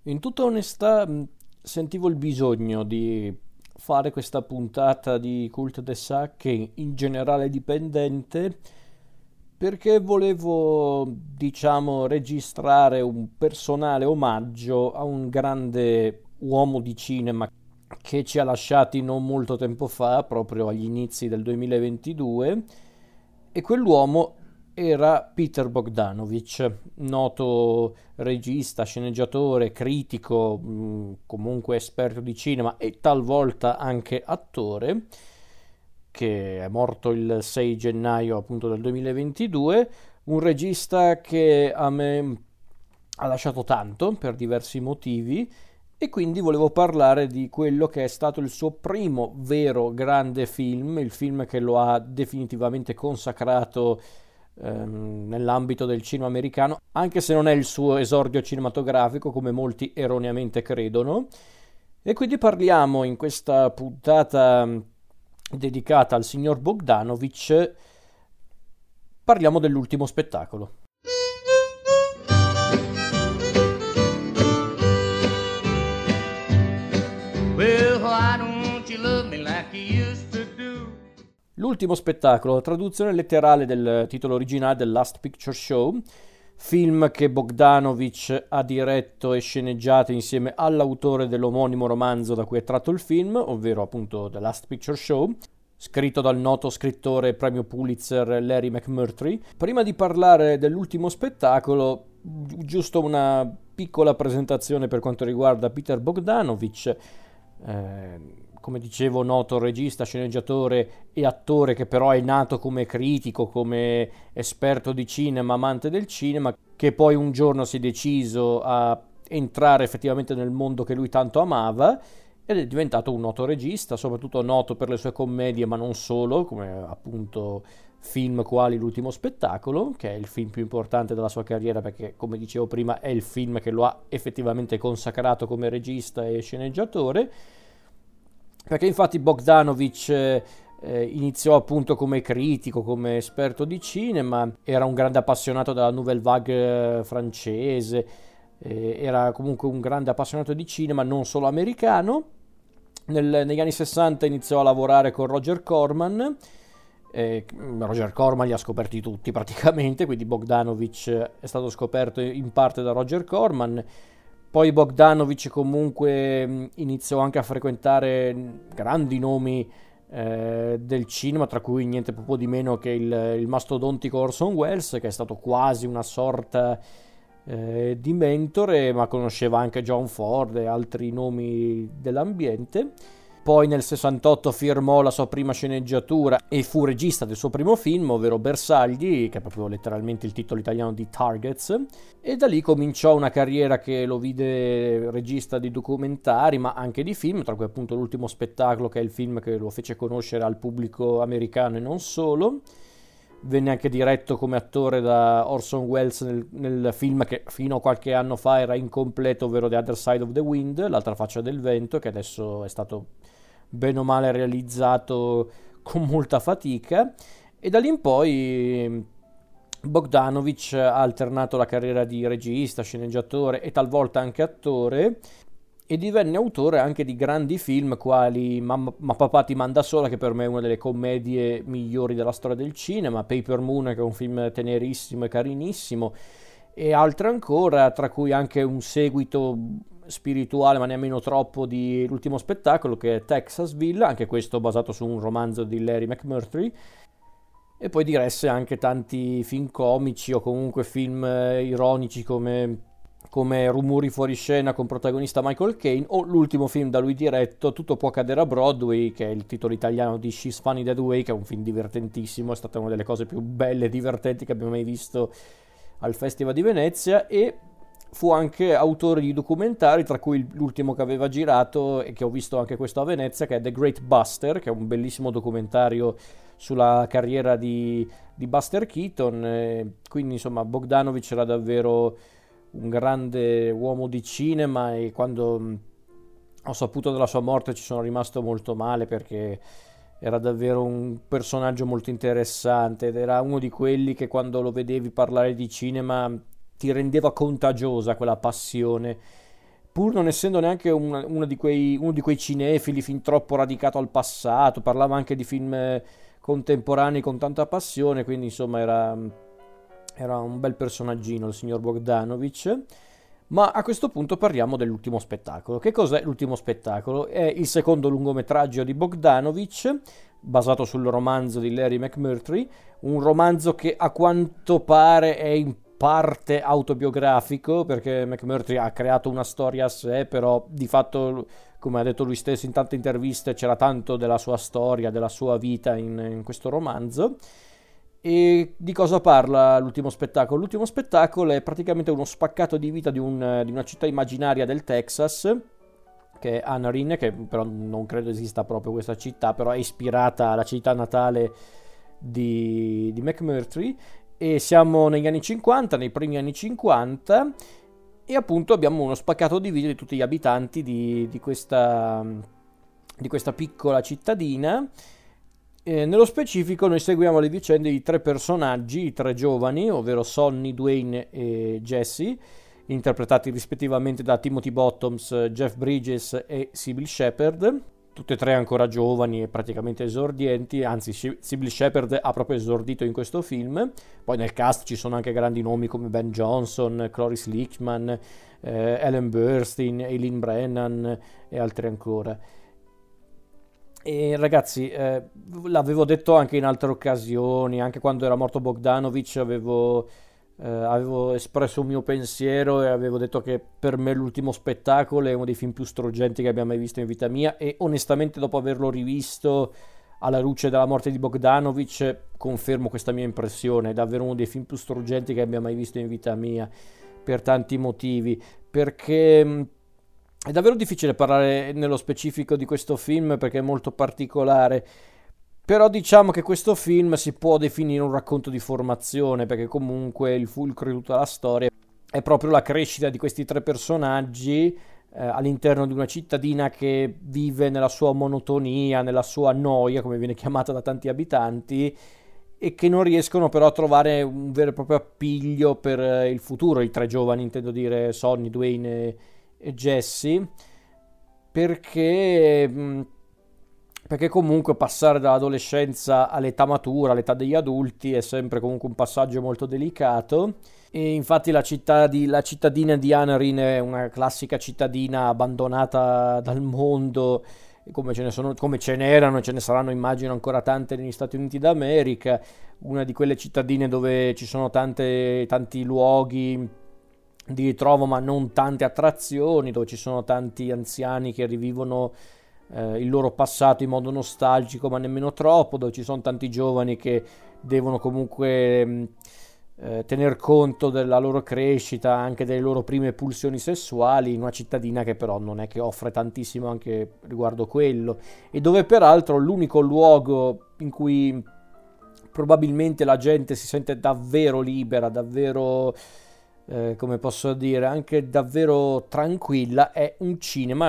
In tutta onestà, sentivo il bisogno di fare questa puntata di Cult des Sacche in generale dipendente perché volevo, diciamo, registrare un personale omaggio a un grande uomo di cinema che ci ha lasciati non molto tempo fa, proprio agli inizi del 2022, e quell'uomo era Peter Bogdanovich, noto regista, sceneggiatore, critico, comunque esperto di cinema e talvolta anche attore, che è morto il 6 gennaio appunto del 2022, un regista che a me ha lasciato tanto per diversi motivi e quindi volevo parlare di quello che è stato il suo primo vero grande film, il film che lo ha definitivamente consacrato nell'ambito del cinema americano, anche se non è il suo esordio cinematografico, come molti erroneamente credono. E quindi parliamo in questa puntata dedicata al signor Bogdanovich, parliamo dell'ultimo spettacolo. Well, why don't you love me like you used to do? L'ultimo spettacolo, la traduzione letterale del titolo originale del Last Picture Show, film che Bogdanovich ha diretto e sceneggiato insieme all'autore dell'omonimo romanzo da cui è tratto il film, ovvero appunto The Last Picture Show, scritto dal noto scrittore premio Pulitzer Larry McMurtry. Prima di parlare dell'ultimo spettacolo, giusto una piccola presentazione per quanto riguarda Peter Bogdanovich. Come dicevo, noto regista, sceneggiatore e attore che però è nato come critico, come esperto di cinema, amante del cinema, che poi un giorno si è deciso a entrare effettivamente nel mondo che lui tanto amava ed è diventato un noto regista, soprattutto noto per le sue commedie, ma non solo, come appunto film quali L'ultimo spettacolo, che è il film più importante della sua carriera perché, come dicevo prima, è il film che lo ha effettivamente consacrato come regista e sceneggiatore. Perché infatti Bogdanovich iniziò appunto come critico, come esperto di cinema, era un grande appassionato della Nouvelle Vague francese, era comunque un grande appassionato di cinema, non solo americano. Negli anni 60 iniziò a lavorare con Roger Corman. Roger Corman li ha scoperti tutti praticamente, quindi Bogdanovich è stato scoperto in parte da Roger Corman. Poi Bogdanovich comunque iniziò anche a frequentare grandi nomi del cinema, tra cui niente proprio di meno che il mastodontico Orson Welles, che è stato quasi una sorta di mentore, ma conosceva anche John Ford e altri nomi dell'ambiente. Poi nel 68 firmò la sua prima sceneggiatura e fu regista del suo primo film, ovvero Bersagli, che è proprio letteralmente il titolo italiano di Targets, e da lì cominciò una carriera che lo vide regista di documentari, ma anche di film, tra cui appunto L'ultimo spettacolo, che è il film che lo fece conoscere al pubblico americano e non solo. Venne anche diretto come attore da Orson Welles nel film che fino a qualche anno fa era incompleto, ovvero The Other Side of the Wind, l'altra faccia del vento, che adesso è stato bene o male realizzato con molta fatica. E da lì in poi Bogdanovich ha alternato la carriera di regista, sceneggiatore e talvolta anche attore, e divenne autore anche di grandi film quali Ma papà ti manda sola, che per me è una delle commedie migliori della storia del cinema, Paper Moon, che è un film tenerissimo e carinissimo, e altre ancora, tra cui anche un seguito spirituale ma nemmeno troppo di L'ultimo spettacolo, che è Texasville, anche questo basato su un romanzo di Larry McMurtry. E poi diresse anche tanti film comici o comunque film ironici come Rumori fuori scena con protagonista Michael Caine, o l'ultimo film da lui diretto, Tutto può cadere a Broadway, che è il titolo italiano di She's Funny That Way, che è un film divertentissimo, è stata una delle cose più belle e divertenti che abbiamo mai visto al Festival di Venezia. E fu anche autore di documentari, tra cui l'ultimo che aveva girato e che ho visto anche questo a Venezia, che è The Great Buster, che è un bellissimo documentario sulla carriera di Buster Keaton. Quindi insomma Bogdanovich era davvero un grande uomo di cinema, e quando ho saputo della sua morte ci sono rimasto molto male, perché era davvero un personaggio molto interessante ed era uno di quelli che quando lo vedevi parlare di cinema ti rendeva contagiosa quella passione pur non essendo neanche uno di quei cinefili fin troppo radicato al passato, parlava anche di film contemporanei con tanta passione, quindi insomma era un bel personaggino il signor Bogdanovich. Ma a questo punto parliamo dell'ultimo spettacolo. Che cos'è l'ultimo spettacolo? È il secondo lungometraggio di Bogdanovich, basato sul romanzo di Larry McMurtry, un romanzo che a quanto pare è in parte autobiografico, perché McMurtry ha creato una storia a sé, però di fatto, come ha detto lui stesso in tante interviste, c'era tanto della sua storia, della sua vita in questo romanzo. E di cosa parla l'ultimo spettacolo? L'ultimo spettacolo è praticamente uno spaccato di vita di una città immaginaria del Texas, che è Anaheim, che però non credo esista proprio questa città, però è ispirata alla città natale di McMurtry, e siamo negli anni 50, nei primi anni 50, e appunto abbiamo uno spaccato di vita di tutti gli abitanti di questa piccola cittadina. Nello specifico noi seguiamo le vicende di tre personaggi, i tre giovani, ovvero Sonny, Dwayne e Jesse, interpretati rispettivamente da Timothy Bottoms, Jeff Bridges e Sybil Shepherd, tutte e tre ancora giovani e praticamente esordienti, anzi Sybil Shepherd ha proprio esordito in questo film. Poi nel cast ci sono anche grandi nomi come Ben Johnson, Cloris Leachman, Ellen Burstyn, Eileen Brennan e altri ancora. E ragazzi, l'avevo detto anche in altre occasioni, anche quando era morto Bogdanovich avevo espresso un mio pensiero e avevo detto che per me l'ultimo spettacolo è uno dei film più struggenti che abbia mai visto in vita mia, e onestamente dopo averlo rivisto alla luce della morte di Bogdanovich confermo questa mia impressione. È davvero uno dei film più struggenti che abbia mai visto in vita mia, per tanti motivi, perché è davvero difficile parlare nello specifico di questo film perché è molto particolare, però diciamo che questo film si può definire un racconto di formazione, perché comunque il fulcro di tutta la storia è proprio la crescita di questi tre personaggi all'interno di una cittadina che vive nella sua monotonia, nella sua noia, come viene chiamata da tanti abitanti, e che non riescono però a trovare un vero e proprio appiglio per il futuro. I tre giovani, intendo dire Sonny, Dwayne e Jesse, perché comunque passare dall'adolescenza all'età matura, all'età degli adulti, è sempre comunque un passaggio molto delicato. E infatti la cittadina di Anaheim è una classica cittadina abbandonata dal mondo, come ce n'erano e ce ne saranno, immagino, ancora tante negli Stati Uniti d'America, una di quelle cittadine dove ci sono tanti luoghi di ritrovo ma non tante attrazioni, dove ci sono tanti anziani che rivivono il loro passato in modo nostalgico ma nemmeno troppo, dove ci sono tanti giovani che devono comunque tener conto della loro crescita, anche delle loro prime pulsioni sessuali, in una cittadina che però non è che offre tantissimo anche riguardo quello, e dove peraltro l'unico luogo in cui probabilmente la gente si sente davvero libera, davvero come posso dire, anche davvero tranquilla, è un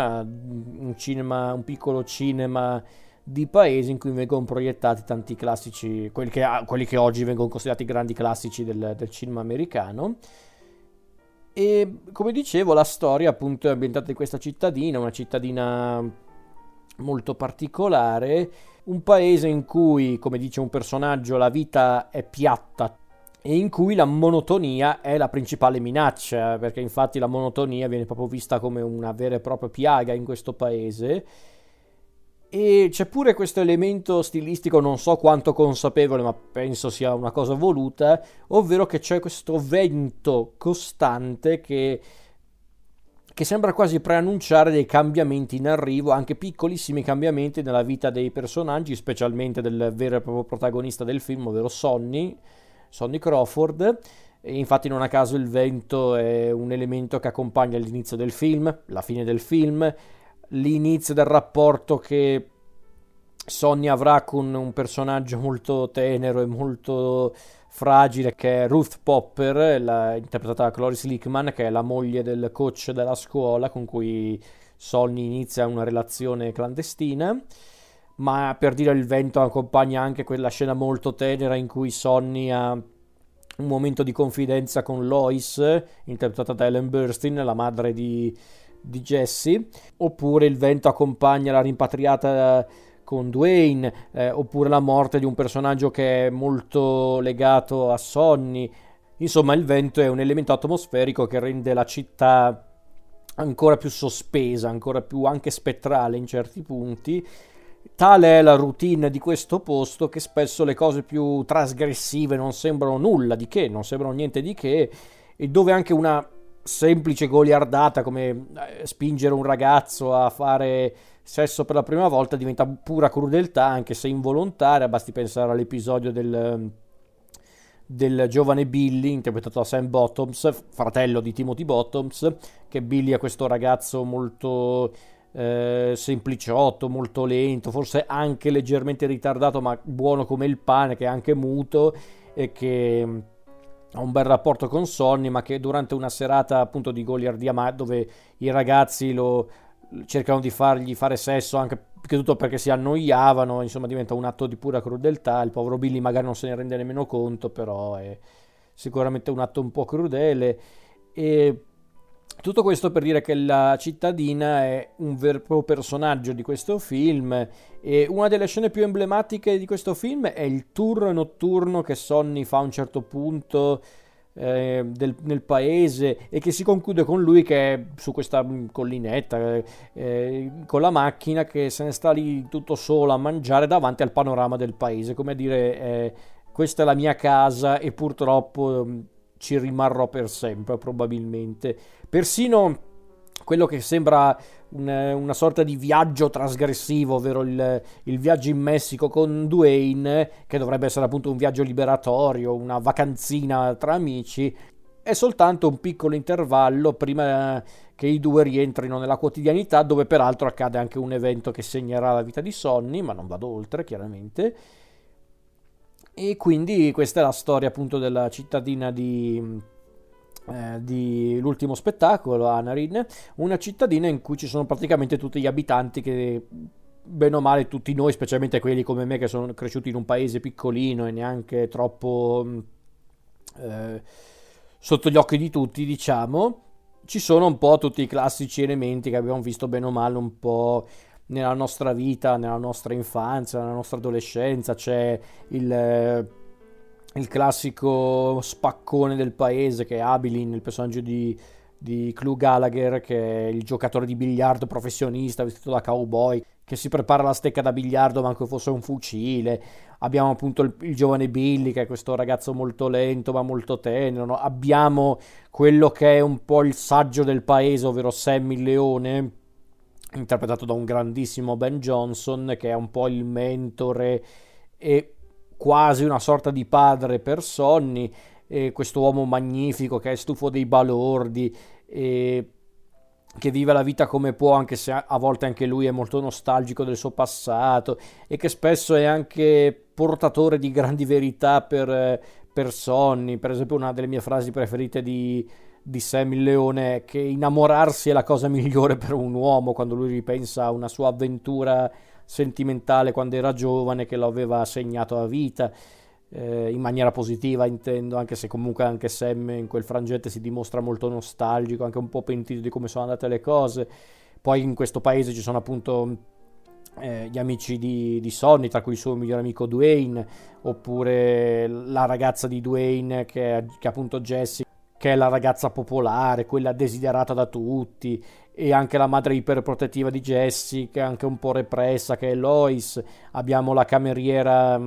piccolo cinema di paese in cui vengono proiettati tanti classici, quelli che oggi vengono considerati grandi classici del cinema americano. E come dicevo, la storia appunto è ambientata in questa cittadina, una cittadina molto particolare, un paese in cui, come dice un personaggio, la vita è piatta e in cui la monotonia è la principale minaccia, perché infatti la monotonia viene proprio vista come una vera e propria piaga in questo paese. E c'è pure questo elemento stilistico, non so quanto consapevole, ma penso sia una cosa voluta, ovvero che c'è questo vento costante che sembra quasi preannunciare dei cambiamenti in arrivo, anche piccolissimi cambiamenti nella vita dei personaggi, specialmente del vero e proprio protagonista del film, ovvero Sonny Crawford. E infatti non a caso il vento è un elemento che accompagna l'inizio del film, la fine del film, l'inizio del rapporto che Sonny avrà con un personaggio molto tenero e molto fragile, che è Ruth Popper, interpretata da Cloris Leachman, che è la moglie del coach della scuola con cui Sonny inizia una relazione clandestina. Ma per dire, il vento accompagna anche quella scena molto tenera in cui Sonny ha un momento di confidenza con Lois, interpretata da Ellen Burstyn, la madre di di Jessie, oppure il vento accompagna la rimpatriata con Dwayne, oppure la morte di un personaggio che è molto legato a Sonny. Insomma, il vento è un elemento atmosferico che rende la città ancora più sospesa, ancora più anche spettrale in certi punti. Tale è la routine di questo posto che spesso le cose più trasgressive non sembrano nulla di che, non sembrano niente di che, e dove anche una semplice goliardata come spingere un ragazzo a fare sesso per la prima volta diventa pura crudeltà, anche se involontaria. Basti pensare all'episodio del giovane Billy, interpretato da Sam Bottoms, fratello di Timothy Bottoms, che Billy è questo ragazzo molto sempliciotto, molto lento, forse anche leggermente ritardato, ma buono come il pane, che è anche muto e che ha un bel rapporto con Sonny, ma che durante una serata appunto di goliardia, ma dove i ragazzi lo cercano di fargli fare sesso anche più che tutto perché si annoiavano, insomma diventa un atto di pura crudeltà. Il povero Billy magari non se ne rende nemmeno conto, però è sicuramente un atto un po' crudele. E tutto questo per dire che la cittadina è un vero e proprio personaggio di questo film, e una delle scene più emblematiche di questo film è il tour notturno che Sonny fa a un certo punto nel paese, e che si conclude con lui che è su questa collinetta con la macchina, che se ne sta lì tutto solo a mangiare davanti al panorama del paese, come a dire questa è la mia casa e purtroppo ci rimarrò per sempre probabilmente. Persino quello che sembra una sorta di viaggio trasgressivo, ovvero il viaggio in Messico con Dwayne, che dovrebbe essere appunto un viaggio liberatorio, una vacanzina tra amici, è soltanto un piccolo intervallo prima che i due rientrino nella quotidianità, dove peraltro accade anche un evento che segnerà la vita di Sonny, ma non vado oltre chiaramente. E quindi questa è la storia appunto della cittadina di l'ultimo spettacolo, Anarin, una cittadina in cui ci sono praticamente tutti gli abitanti che bene o male tutti noi, specialmente quelli come me che sono cresciuti in un paese piccolino e neanche troppo sotto gli occhi di tutti, diciamo, ci sono un po' tutti i classici elementi che abbiamo visto bene o male un po' nella nostra vita, nella nostra infanzia, nella nostra adolescenza. C'è il classico spaccone del paese che è Abilin, il personaggio di Clu Gallagher, che è il giocatore di biliardo professionista vestito da cowboy, che si prepara la stecca da biliardo manco fosse un fucile. Abbiamo appunto il giovane Billy, che è questo ragazzo molto lento ma molto tenero, no? Abbiamo quello che è un po' il saggio del paese, ovvero Sam il leone, interpretato da un grandissimo Ben Johnson, che è un po' il mentore e quasi una sorta di padre per Sonny, e questo uomo magnifico che è stufo dei balordi e che vive la vita come può, anche se a volte anche lui è molto nostalgico del suo passato, e che spesso è anche portatore di grandi verità per Sonny. Per esempio, una delle mie frasi preferite di Sam il leone è che innamorarsi è la cosa migliore per un uomo, quando lui ripensa a una sua avventura sentimentale quando era giovane che lo aveva segnato a vita, in maniera positiva intendo, anche se comunque anche Sam in quel frangente si dimostra molto nostalgico, anche un po' pentito di come sono andate le cose. Poi in questo paese ci sono appunto gli amici di Sonny, tra cui il suo migliore amico Dwayne, oppure la ragazza di Dwayne che è appunto Jessie, che è la ragazza popolare, quella desiderata da tutti, e anche la madre iperprotettiva di Jessie, che è anche un po' repressa, che è Lois. Abbiamo la cameriera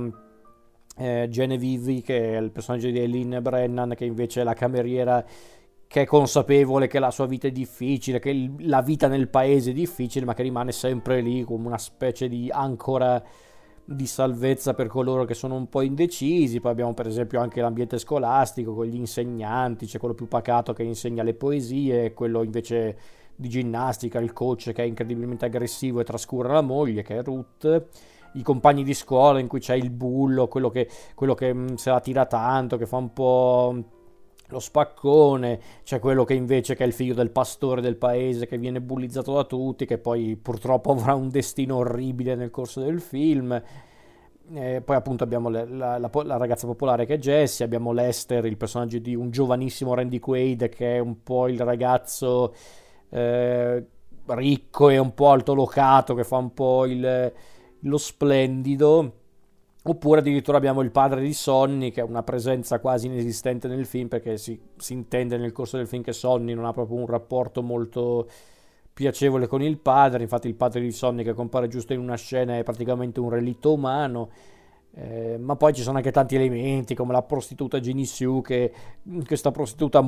Genevieve, che è il personaggio di Eileen Brennan, che invece è la cameriera che è consapevole che la sua vita è difficile, che la vita nel paese è difficile, ma che rimane sempre lì come una specie di ancora di salvezza per coloro che sono un po' indecisi. Poi abbiamo per esempio anche l'ambiente scolastico con gli insegnanti, c'è quello più pacato che insegna le poesie, quello invece di ginnastica, il coach che è incredibilmente aggressivo e trascura la moglie, che è Ruth, i compagni di scuola in cui c'è il bullo, quello che se la tira tanto, che fa un po' lo spaccone, c'è quello che invece che è il figlio del pastore del paese, che viene bullizzato da tutti, che poi purtroppo avrà un destino orribile nel corso del film. Poi appunto abbiamo la ragazza popolare che è Jessie, abbiamo Lester, il personaggio di un giovanissimo Randy Quaid, che è un po' il ragazzo ricco e un po' altolocato, che fa un po' lo splendido. Oppure addirittura abbiamo il padre di Sonny, che è una presenza quasi inesistente nel film, perché si intende nel corso del film che Sonny non ha proprio un rapporto molto piacevole con il padre. Infatti il padre di Sonny, che compare giusto in una scena, è praticamente un relitto umano. Ma poi ci sono anche tanti elementi, come la prostituta Jenny Sue, questa prostituta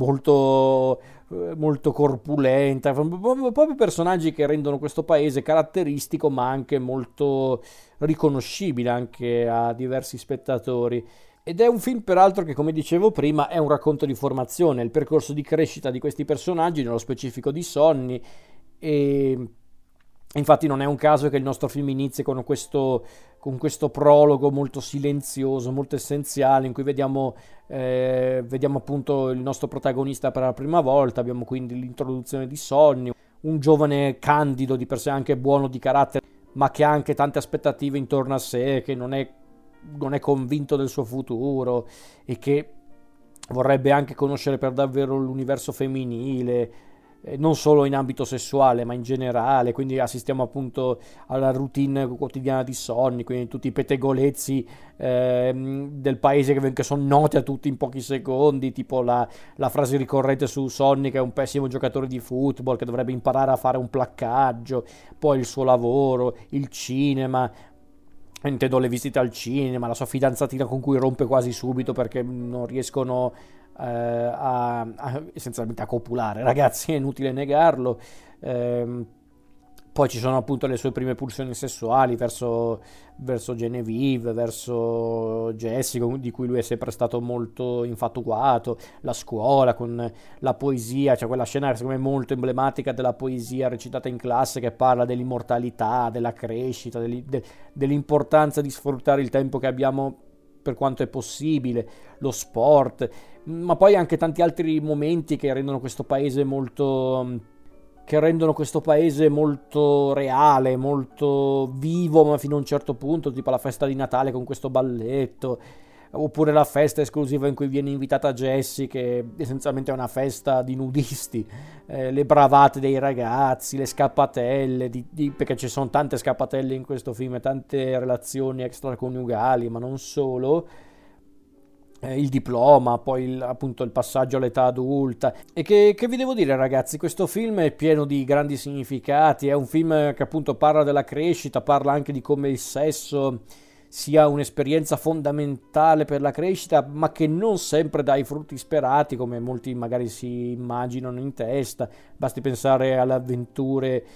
molto corpulenta, proprio personaggi che rendono questo paese caratteristico, ma anche molto riconoscibile anche a diversi spettatori. Ed è un film, peraltro, che, come dicevo prima, è un racconto di formazione, il percorso di crescita di questi personaggi, nello specifico di Sonny. E infatti non è un caso che il nostro film inizi con questo prologo molto silenzioso, molto essenziale, in cui vediamo appunto il nostro protagonista per la prima volta. Abbiamo quindi l'introduzione di Sonny, un giovane candido, di per sé anche buono di carattere, ma che ha anche tante aspettative intorno a sé, che non è convinto del suo futuro e che vorrebbe anche conoscere per davvero l'universo femminile, non solo in ambito sessuale, ma in generale. Quindi assistiamo appunto alla routine quotidiana di Sonny, quindi tutti i pettegolezzi del paese che sono noti a tutti in pochi secondi, tipo la frase ricorrente su Sonny, che è un pessimo giocatore di football, che dovrebbe imparare a fare un placcaggio, poi il suo lavoro, il cinema, intendo le visite al cinema, la sua fidanzatina con cui rompe quasi subito perché non riescono essenzialmente a copulare, ragazzi, è inutile negarlo. Poi ci sono appunto le sue prime pulsioni sessuali verso Genevieve, verso Jessica, di cui lui è sempre stato molto infatuato, la scuola con la poesia, cioè quella scena secondo me molto emblematica della poesia recitata in classe, che parla dell'immortalità, della crescita, dell'importanza di sfruttare il tempo che abbiamo per quanto è possibile, lo sport, ma poi anche tanti altri momenti che rendono questo paese molto reale, molto vivo, ma fino a un certo punto, tipo la festa di Natale con questo balletto, oppure la festa esclusiva in cui viene invitata Jessie, che essenzialmente è una festa di nudisti, le bravate dei ragazzi, le scappatelle, perché ci sono tante scappatelle in questo film, tante relazioni extraconiugali, ma non solo, il diploma, poi appunto il passaggio all'età adulta. E che vi devo dire, ragazzi, questo film è pieno di grandi significati, è un film che appunto parla della crescita, parla anche di come il sesso sia un'esperienza fondamentale per la crescita, ma che non sempre dà i frutti sperati, come molti magari si immaginano in testa. Basti pensare alle avventure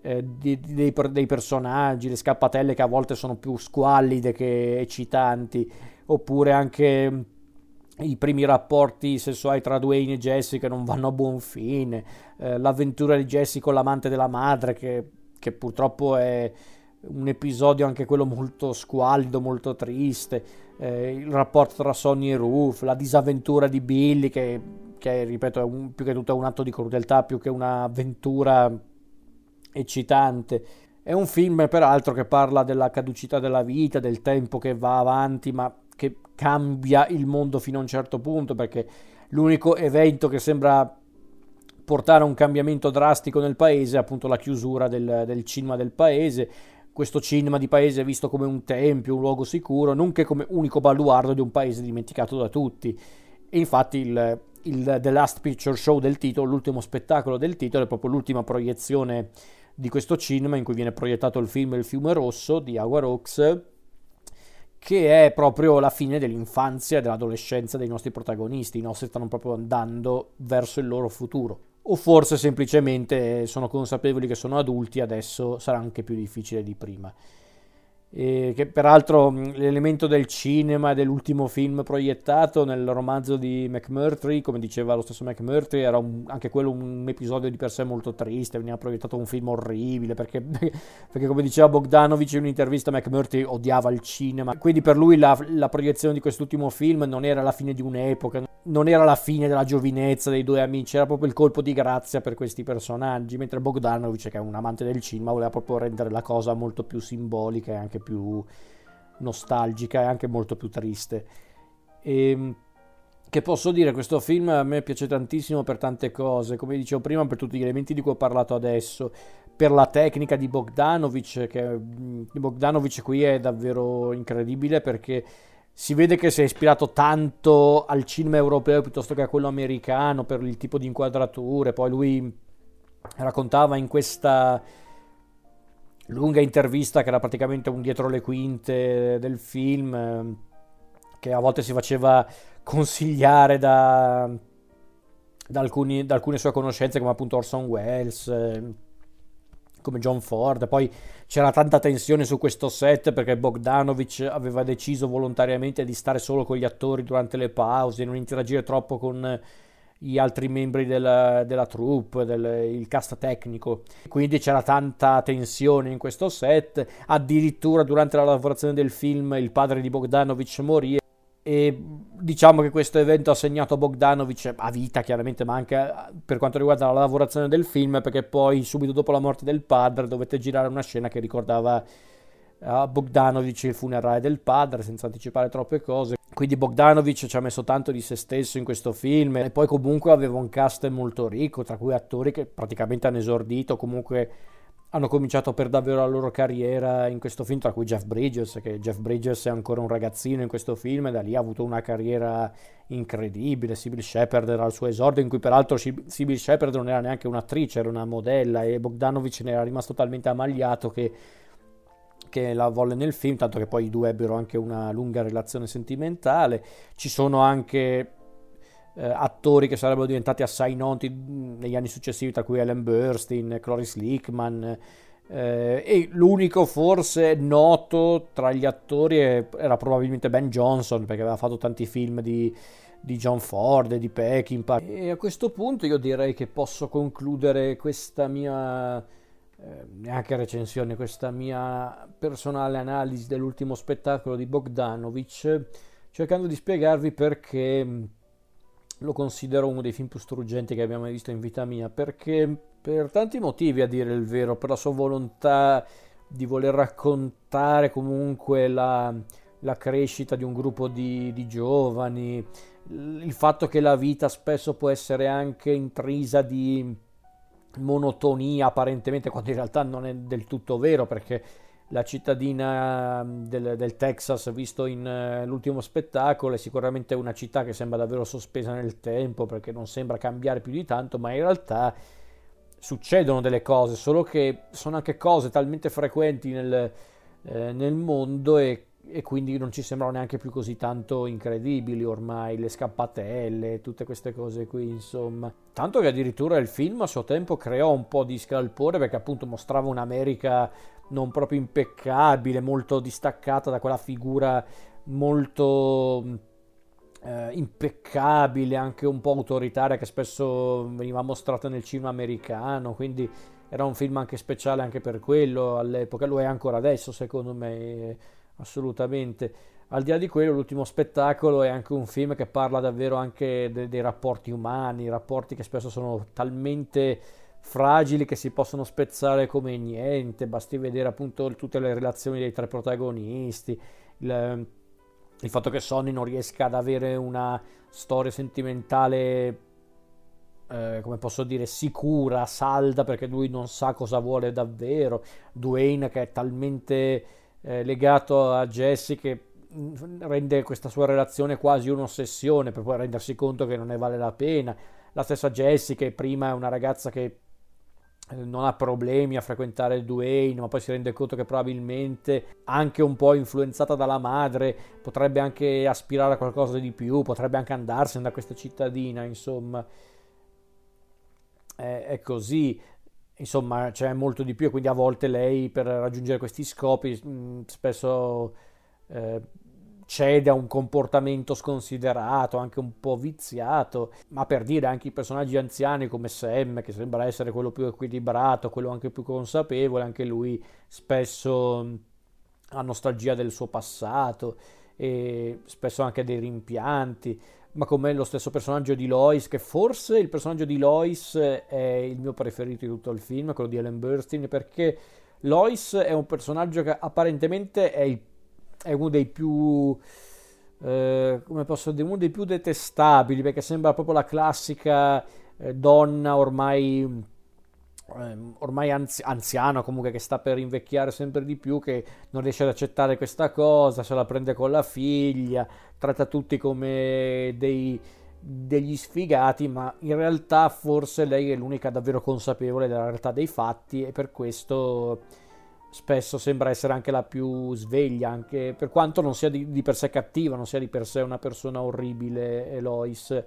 dei personaggi, le scappatelle che a volte sono più squallide che eccitanti, oppure anche i primi rapporti sessuali tra Dwayne e Jessie che non vanno a buon fine, l'avventura di Jessie con l'amante della madre, che purtroppo è un episodio anche quello molto squallido, molto triste, il rapporto tra Sonny e Ruth, la disavventura di Billy che ripeto, è più che tutto è un atto di crudeltà più che un'avventura eccitante. È un film peraltro che parla della caducità della vita, del tempo che va avanti, ma che cambia il mondo fino a un certo punto, perché l'unico evento che sembra portare a un cambiamento drastico nel paese è appunto la chiusura del cinema del paese. Questo cinema di paese è visto come un tempio, un luogo sicuro, nonché come unico baluardo di un paese dimenticato da tutti. E infatti il The Last Picture Show del titolo, l'ultimo spettacolo del titolo, è proprio l'ultima proiezione di questo cinema in cui viene proiettato il film Il fiume rosso di Howard Hawks, che è proprio la fine dell'infanzia e dell'adolescenza dei nostri protagonisti. I nostri stanno proprio andando verso il loro futuro, o forse semplicemente sono consapevoli che sono adulti, adesso sarà anche più difficile di prima. E che peraltro l'elemento del cinema e dell'ultimo film proiettato nel romanzo di McMurtry, come diceva lo stesso McMurtry, era anche quello un episodio di per sé molto triste, veniva proiettato un film orribile, perché come diceva Bogdanovich in un'intervista, McMurtry odiava il cinema, quindi per lui la proiezione di quest'ultimo film non era la fine di un'epoca, non era la fine della giovinezza dei due amici, era proprio il colpo di grazia per questi personaggi, mentre Bogdanovich, che è un amante del cinema, voleva proprio rendere la cosa molto più simbolica e anche più nostalgica e anche molto più triste. Che Che posso dire, questo film a me piace tantissimo per tante cose, come dicevo prima, per tutti gli elementi di cui ho parlato adesso, per la tecnica di Bogdanovich, che Bogdanovich qui è davvero incredibile perché si vede che si è ispirato tanto al cinema europeo piuttosto che a quello americano per il tipo di inquadrature. Poi lui raccontava in questa lunga intervista, che era praticamente un dietro le quinte del film, che a volte si faceva consigliare da alcune sue conoscenze, come appunto Orson Welles, come John Ford. Poi c'era tanta tensione su questo set perché Bogdanovich aveva deciso volontariamente di stare solo con gli attori durante le pause, non interagire troppo con gli altri membri della troupe, il cast tecnico. Quindi c'era tanta tensione in questo set. Addirittura durante la lavorazione del film il padre di Bogdanovich morì, e diciamo che questo evento ha segnato Bogdanovich a vita, chiaramente, ma anche per quanto riguarda la lavorazione del film, perché poi subito dopo la morte del padre dovette girare una scena che ricordava a Bogdanovich il funerale del padre, senza anticipare troppe cose. Quindi Bogdanovich ci ha messo tanto di se stesso in questo film, e poi comunque aveva un cast molto ricco, tra cui attori che praticamente hanno esordito, comunque hanno cominciato per davvero la loro carriera in questo film, tra cui Jeff Bridges, che Jeff Bridges è ancora un ragazzino in questo film e da lì ha avuto una carriera incredibile. Sybil Shepherd era il suo esordio, in cui peraltro Sybil Shepherd non era neanche un'attrice, era una modella, e Bogdanovich ne era rimasto talmente ammagliato che la volle nel film, tanto che poi i due ebbero anche una lunga relazione sentimentale. Ci sono anche attori che sarebbero diventati assai noti negli anni successivi, tra cui Ellen Burstyn, Cloris Leachman, e l'unico forse noto tra gli attori era probabilmente Ben Johnson, perché aveva fatto tanti film di John Ford e di Peckinpah. E a questo punto io direi che posso concludere questa mia neanche recensione, questa mia personale analisi dell'ultimo spettacolo di Bogdanovich, cercando di spiegarvi perché lo considero uno dei film più struggenti che abbiamo mai visto in vita mia, perché per tanti motivi, a dire il vero, per la sua volontà di voler raccontare comunque la crescita di un gruppo di giovani, il fatto che la vita spesso può essere anche intrisa di monotonia apparentemente, quando in realtà non è del tutto vero, perché la cittadina del Texas, visto in l'ultimo spettacolo, è sicuramente una città che sembra davvero sospesa nel tempo, perché non sembra cambiare più di tanto, ma in realtà succedono delle cose, solo che sono anche cose talmente frequenti nel mondo, e quindi non ci sembrano neanche più così tanto incredibili ormai, le scappatelle, tutte queste cose qui, insomma. Tanto che addirittura il film a suo tempo creò un po' di scalpore, perché appunto mostrava un'America non proprio impeccabile, molto distaccata da quella figura molto impeccabile, anche un po' autoritaria, che spesso veniva mostrata nel cinema americano. Quindi era un film anche speciale anche per quello all'epoca, lo è ancora adesso secondo me, assolutamente. Al di là di quello, l'ultimo spettacolo è anche un film che parla davvero anche dei rapporti umani, rapporti che spesso sono talmente fragili che si possono spezzare come niente. Basti vedere appunto tutte le relazioni dei tre protagonisti, il fatto che Sonny non riesca ad avere una storia sentimentale, come posso dire, sicura, salda, perché lui non sa cosa vuole davvero. Dwayne che è talmente legato a Jessie che rende questa sua relazione quasi un'ossessione, per poi rendersi conto che non ne vale la pena. La stessa Jessie, che prima è una ragazza che non ha problemi a frequentare Dwayne, ma poi si rende conto che probabilmente, anche un po' influenzata dalla madre, potrebbe anche aspirare a qualcosa di più, potrebbe anche andarsene da questa cittadina, insomma. È così, insomma, c'è molto di più, e quindi a volte lei, per raggiungere questi scopi, spesso cede a un comportamento sconsiderato, anche un po' viziato. Ma per dire, anche i personaggi anziani come Sam, che sembra essere quello più equilibrato, quello anche più consapevole, anche lui spesso ha nostalgia del suo passato e spesso anche dei rimpianti. Ma come lo stesso personaggio di Lois, che forse il personaggio di Lois è il mio preferito di tutto il film, quello di Ellen Burstyn, perché Lois è un personaggio che apparentemente è uno dei più come posso dire, uno dei più detestabili, perché sembra proprio la classica donna ormai anziana, comunque che sta per invecchiare sempre di più, che non riesce ad accettare questa cosa, se la prende con la figlia, tratta tutti come degli sfigati, ma in realtà forse lei è l'unica davvero consapevole della realtà dei fatti e per questo spesso sembra essere anche la più sveglia, anche per quanto non sia di per sé cattiva, non sia di per sé una persona orribile, Eloise.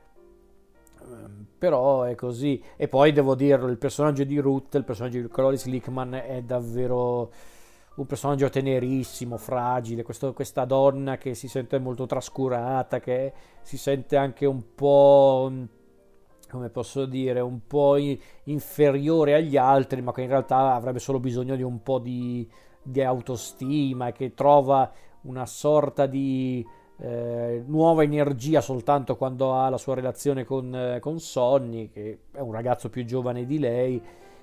Però è così. E poi devo dirlo, il personaggio di Ruth, il personaggio di Cloris Leachman è davvero un personaggio tenerissimo, fragile, questa donna che si sente molto trascurata, che si sente anche un po', come posso dire, un po' inferiore agli altri, ma che in realtà avrebbe solo bisogno di un po' di autostima e che trova una sorta di nuova energia soltanto quando ha la sua relazione con Sonny, che è un ragazzo più giovane di lei,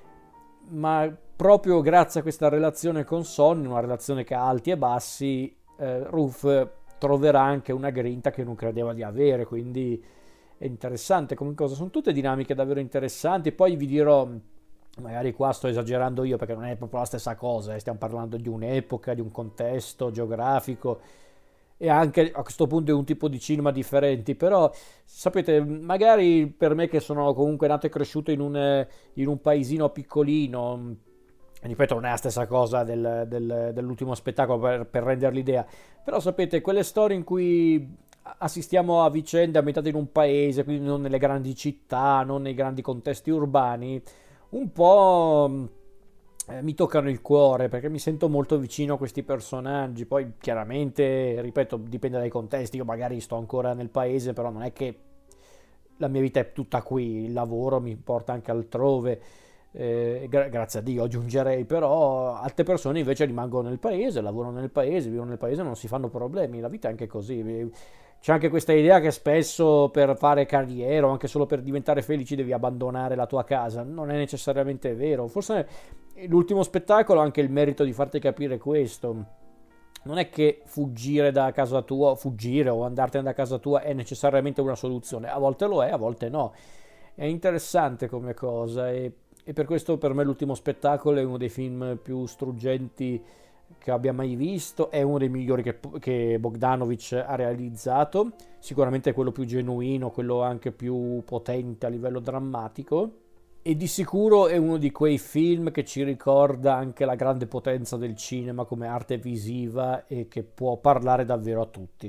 ma proprio grazie a questa relazione con Sonny, una relazione che ha alti e bassi, Ruth troverà anche una grinta che non credeva di avere, quindi è interessante come cosa, sono tutte dinamiche davvero interessanti. Poi vi dirò, magari qua sto esagerando io perché non è proprio la stessa cosa, stiamo parlando di un'epoca, di un contesto geografico e anche a questo punto è un tipo di cinema differenti, però sapete, magari per me che sono comunque nato e cresciuto in un paesino piccolino, ripeto, non è la stessa cosa dell'ultimo spettacolo per rendere l'idea, però sapete, quelle storie in cui assistiamo a vicende ambientate in un paese, quindi non nelle grandi città, non nei grandi contesti urbani, un po' mi toccano il cuore perché mi sento molto vicino a questi personaggi. Poi chiaramente, ripeto, dipende dai contesti. Io magari sto ancora nel paese, però non è che la mia vita è tutta qui, il lavoro mi porta anche altrove. Grazie a Dio aggiungerei, però altre persone invece rimangono nel paese, lavorano nel paese, vivono nel paese, non si fanno problemi, la vita è anche così. C'è anche questa idea che spesso per fare carriera o anche solo per diventare felici devi abbandonare la tua casa, non è necessariamente vero. Forse l'ultimo spettacolo ha anche il merito di farti capire questo. Non è che fuggire da casa tua, fuggire o andartene da casa tua è necessariamente una soluzione, a volte lo è, a volte no. È interessante come cosa e per questo per me l'ultimo spettacolo è uno dei film più struggenti che abbia mai visto, è uno dei migliori che Bogdanovich ha realizzato, sicuramente è quello più genuino, quello anche più potente a livello drammatico e di sicuro è uno di quei film che ci ricorda anche la grande potenza del cinema come arte visiva e che può parlare davvero a tutti,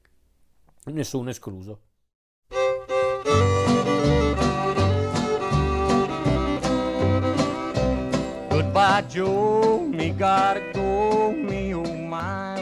nessuno escluso. Goodbye Joe, me gotta go, me oh my.